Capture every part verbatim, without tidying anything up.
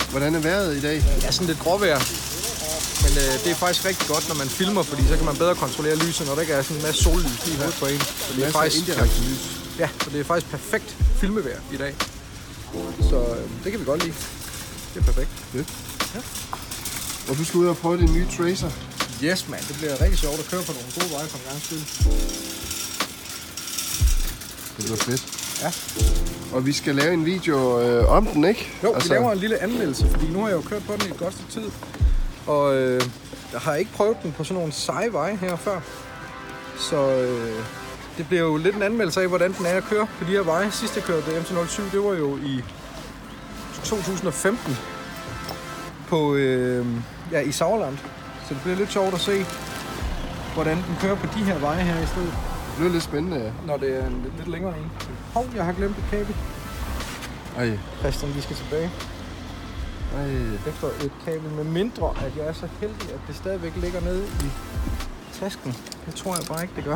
Hvordan er vejret i dag? Ja, sådan lidt gråvejr. Men øh, det er faktisk rigtig godt, når man filmer, fordi så kan man bedre kontrollere lyset, når der ikke er sådan en masse sollys lige hovedet på en. Så det er faktisk indirekte lys. Ja, så det er faktisk perfekt filmevejr i dag. Så øh, det kan vi godt lide. Det er perfekt. Fedt. Ja. Og du skal ud og prøve din nye Tracer. Yes, man. Det bliver rigtig sjovt at køre på nogle gode veje for en gang skyld. Det bliver fedt. Ja. Og vi skal lave en video øh, om den, ikke? Jo, altså... vi laver en lille anmeldelse, fordi nu har jeg jo kørt på den i et godt stykke tid. Og øh, jeg har ikke prøvet den på sådan nogle seje veje her før. Så øh, det bliver jo lidt en anmeldelse af, hvordan den er at køre på de her veje. Sidst jeg kørte M T nul syv, det var jo i to tusind og femten på, øh, ja, i Sauerland. Så det bliver lidt sjovt at se, hvordan den kører på de her veje her i stedet. Det er lidt spændende, ja. Når det er en lidt, lidt længere en. Hov, jeg har glemt et kabel. Ej. Christian, vi skal tilbage. Ej. Efter et kabel, med mindre at jeg er så heldig, at det stadigvæk ligger nede i tasken. Det tror jeg bare ikke, det gør.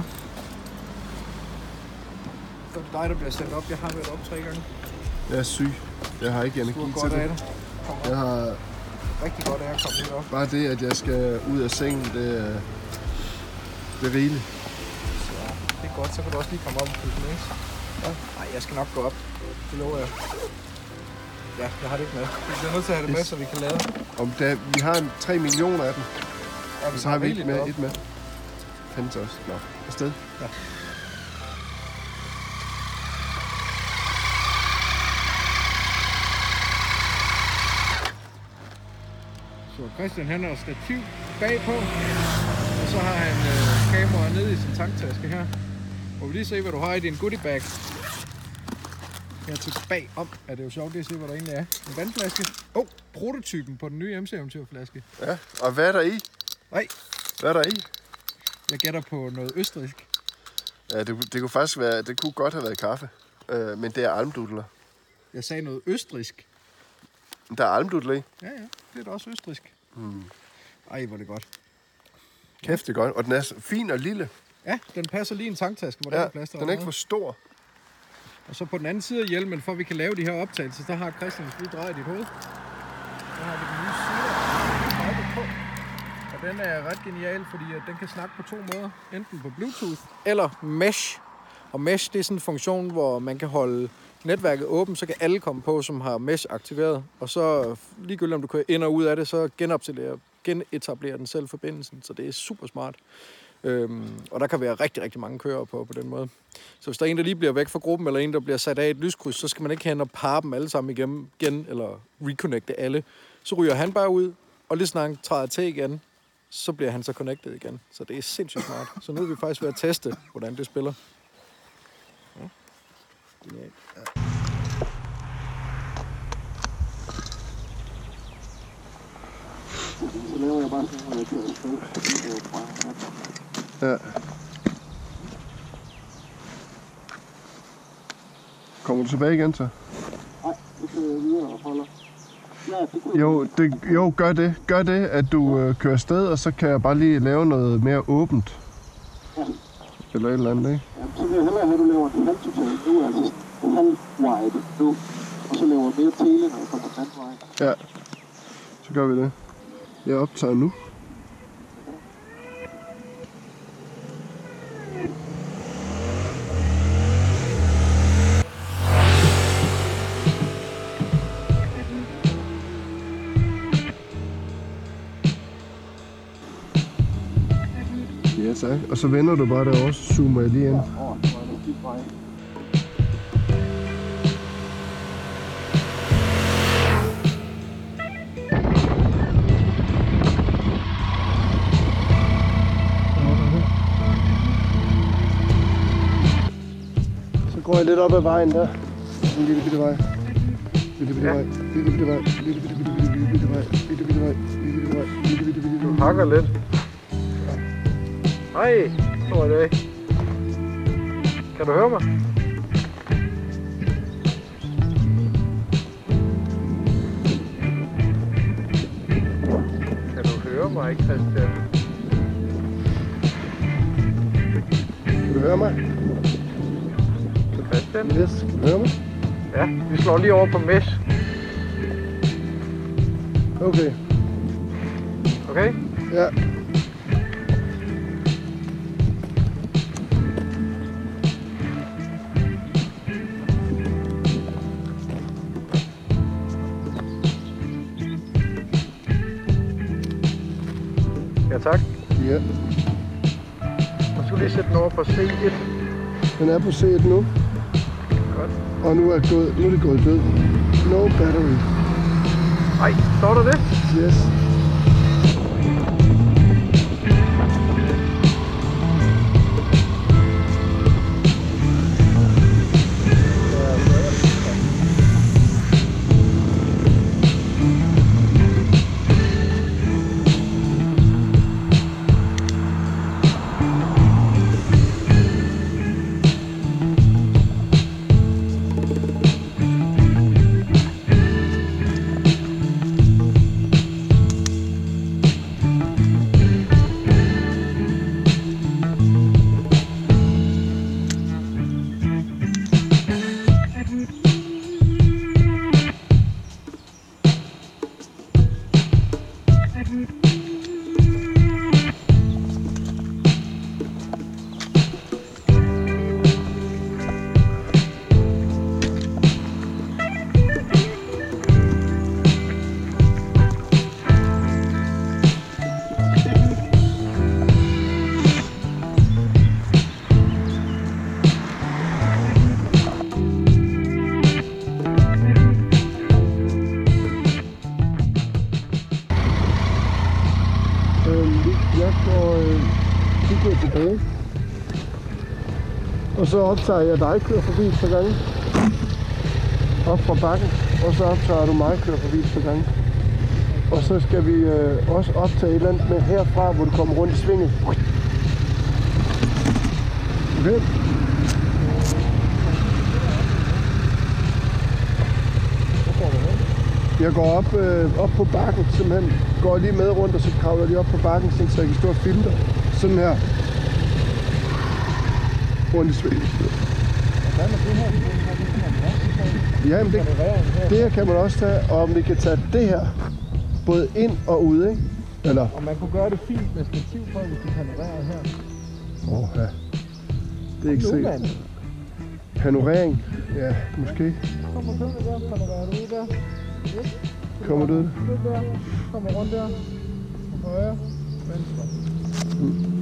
Det er dig, der bliver sendt op. Jeg har været op tre gange. Jeg er syg. Jeg har ikke energi til det. det. Jeg har rigtig godt af at komme lidt op. Bare det, at jeg skal ud af sengen, det er, det er rigeligt. Så det er godt, så kan du også lige komme op og putte næse. Ja. Nej, jeg skal nok gå op. Det lover jeg. Ja, jeg har det ikke med. Vi bliver nødt til at have det med, så vi kan lade. Om der, vi har tre millioner af dem. Ja, så har vi ikke med, et med. Fandt også. Nå, afsted. Ja. Så Christian, han har stativ bagpå, og så har han øh, kameraet nede i sin tanktaske her. Må vi lige se, hvad du har i din goodie bag. Her til bagom er det jo sjovt at se, hvad der egentlig er. En vandflaske. Åh, oh, prototypen på den nye M C-eventyrflaske. Ja, og hvad er der i? Nej. Hvad er der i? Jeg gætter på noget østrigsk. Ja, det, det kunne faktisk være, det kunne godt have været kaffe. Øh, men det er almdudler. Jeg sagde noget østrigsk. Der er almdudler i. Ja, ja. Det er da også østrigsk. Hmm. Ej, hvor er det godt. Kæft, det er godt. Og den er fin og lille. Ja, den passer lige i en tanktaske, hvor ja, der er plads. Den er ikke for stor. Og så på den anden side af hjelmen, for at vi kan lave de her optagelser, der har Christian lige drejet dit hoved. Der har vi den nye side på. Og den er ret genial, fordi den kan snakke på to måder. Enten på Bluetooth eller Mesh. Og Mesh, det er sådan en funktion, hvor man kan holde netværket åbent, så kan alle komme på, som har Mesh aktiveret. Og så ligegyldigt om du kører ind og ud af det, så genoptilerer, genetablerer den selv forbindelsen. Så det er super smart. Øhm, og der kan være rigtig, rigtig mange kører på på den måde. Så hvis der er en, der lige bliver væk fra gruppen, eller en, der bliver sat af et lyskryds, så skal man ikke hen og parre dem alle sammen igennem igen, eller reconnecte alle. Så ryger han bare ud, og lige snart træder til igen, så bliver han så connected igen. Så det er sindssygt smart. Så nu er vi faktisk ved at teste, hvordan det spiller. Ja. Ja. Så laver jeg bare sådan, at jeg kører spil. Ja. Kommer du tilbage igen så? Nej, nu kører jeg videre og holder. Ja, det kunne jo, det, jo, gør det. Gør det, at du øh, kører afsted, og så kan jeg bare lige lave noget mere åbent. Ja. Eller et eller andet, ikke? Ja, så vil jeg hellere have, at du laver en halvtotal nu, altså halv-wide nu. Og så laver mere tele, når jeg kommer den anden vej. Ja, så gør vi det. Jeg optager nu. Ja, tak. Og så vender du bare derovre, så zoomer jeg lige ind. Så går jeg lidt op ad vejen der. En lille bitte vej. Lille bitte vej. Lille bitte vej. Lille bitte bitte bitte bitte vej. Lille bitte vej. Lille bitte vej. Lille bitte bitte. Du hakker lidt. Hej, stor dag. Kan du høre mig? Kan du høre mig, Christian? Kan du høre mig? Christian? Yes, kan du høre mig? Ja, vi slår lige over på Mesh. Okay. Okay? Ja. Ja, tak. Ja. Og så lige sætte den over på C et. Den er på C et nu. Godt. Og nu er, gået, nu er det gået død. No battery. Ej, står der det? Yes. Jeg går, øh, vi går tilbage. Og så optager jeg dig køre forbi et par gange. Op fra bakken. Og så optager du mig køre forbi et par gange. Og så skal vi øh, også optage et eller andet med herfra, hvor du kommer rundt i svinget. Okay? Jeg går op, øh, op på bakken, simpelthen går lige med rundt, og så kravler jeg lige op på bakken, så jeg kan stå og filme dig. Sådan her. Rundt i svinget. Ja, men det, det her kan man også tage, og om vi kan tage det her, både ind og ud, ikke? Eller? Og man kunne gøre det fint med stativ på, hvis du panorerer her. Åh, oh, ja. Det er ikke sikkert. Panorering? Ja, måske. Kommer du der, panorerer du ud der? Yes. Kommer du ud? Der, kommer rundt der. Højre, venstre. Mm.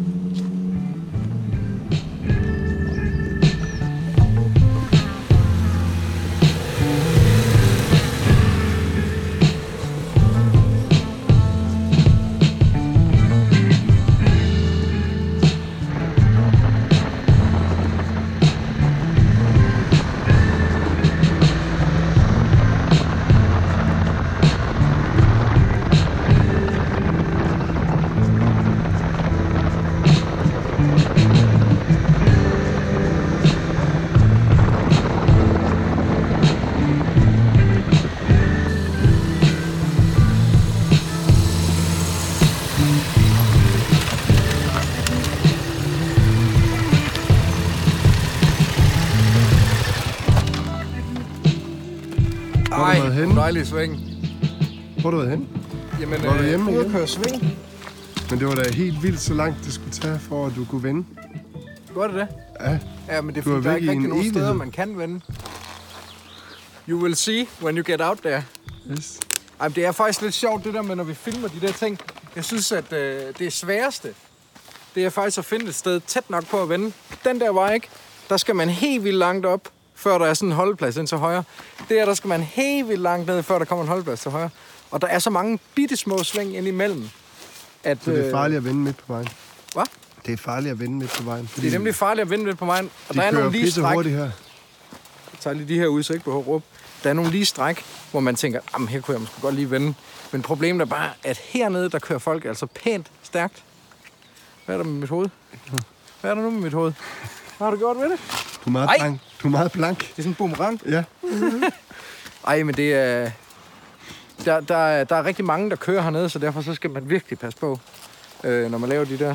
Ej, en dejlig sving. Hvor har du været henne? Jamen, var du hjemme øh, ude igen? at køre sving. Men det var da helt vildt, så langt det skulle tage, for at du kunne vende. Gør det det? Ja. Ja, men det er Du er fordi, der er væk ikke i rigtig en nogen steder, evighed. man kan vende. You will see when you get out there. Yes. Ej, det er faktisk lidt sjovt, det der med, når vi filmer de der ting. Jeg synes, at øh, det sværeste, det er faktisk at finde et sted tæt nok på at vende. Den der vej, ikke? Der skal man helt vildt langt op, før der er sådan en holdeplads ind til højre. Der, der skal man helt vildt langt ned, før der kommer en holdeplads til højre. Og der er så mange bitte små sving ind imellem. At, Så det er farligt at vende midt på vejen. Hvad? Det er farligt at vende midt på vejen. Det er nemlig farligt at vende midt på vejen. Og de der er nogle lige pisse stræk. hurtigt her. Jeg tager lige de her ud, så ikke behøver at råbe. Der er nogle lige stræk, hvor man tænker, jamen her kunne jeg måske godt lige vende. Men problemet er bare, at hernede, der kører folk altså pænt stærkt. Hvad er der med mit hoved? Hvad er der nu med mit hoved? Hvad har du gjort ved det? Du er meget Ej. blank. Du er meget blank. Det er sådan en boomerang. Ja. Ej, men det er... Der, der, er, der er rigtig mange, der kører hernede, så derfor så skal man virkelig passe på, øh, når man laver de der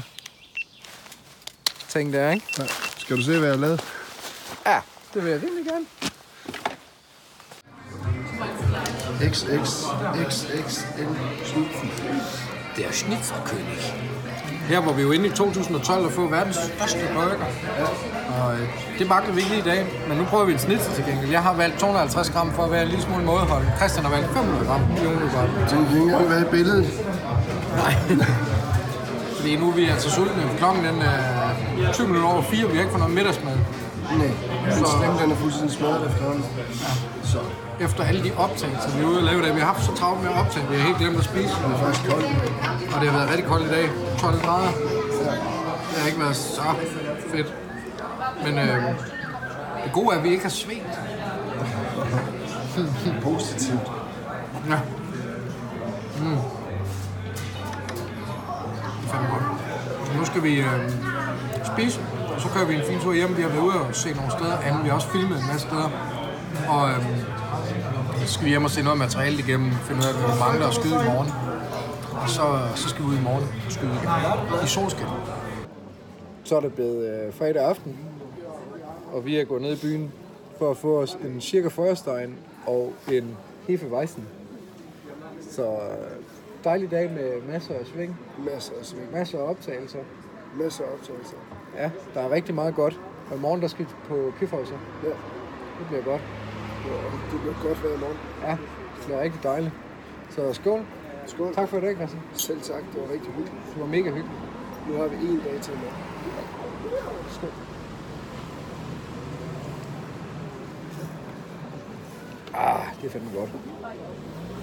ting der, ikke? Ja. Skal du se, hvad jeg har lavet? Ja, det vil jeg virkelig gerne. X X X X L Schnitzel. Der Schnitzerkönig. Her hvor vi jo inde i to tusind og tolv og få verdens største burger. Og øh, det mangler vi ikke i dag, men nu prøver vi en snitzel til gengæld. Jeg har valgt to hundrede og halvtreds gram for at være en lille smule mådeholden. Christian har valgt fem hundrede gram. Det kan ikke engang være i billedet. Nej. Fordi nu er vi altså sultne. Klokken den er tyve minutter over fire, vi har ikke fået noget middagsmad. Nej, den stemme den er fuldstændig smadret efterhånden. Ja. Så efter alle de optagelser, vi er ude og lave i dag, vi har haft så travlt med at optage, vi har helt glemt at spise. Det er faktisk koldt. Og det har været rigtig koldt i dag. tolv grader. Det har ikke været så fedt. Men øh, det gode er, at vi ikke har svedt. Positivt. Ja. Mm. Det er fandme godt. Nu skal vi øh, spise, og så kører vi en fin tur hjem. Vi har været ude og se nogle steder, anden vi har også filmet en masse steder. Og øh, så skal vi hjem og se noget materiale igennem, finde ud af, hvad vi mangler at skyde i morgen. Og så, så skal vi ud i morgen og skyde igen i solskin. Så er det blevet øh, fredag aften, og vi er gået ned i byen for at få os en cirka Feuerstein og en Hefeweizen. Så øh, dejlig dag med masser af sving, Masser af sving. masser af optagelser. Masser af optagelser. Ja, der er rigtig meget godt. Og i morgen der skal vi på Kyffhäuser. Ja. Det bliver godt. Det bliver godt vejr i morgen. Ja, det bliver rigtig dejligt. Så skål. Skål. Tak for i dag, Christian. Selv tak, det var rigtig hyggeligt. Det var mega hyggeligt. Nu har vi en dag til med. Skål. Ah, det er fandme godt.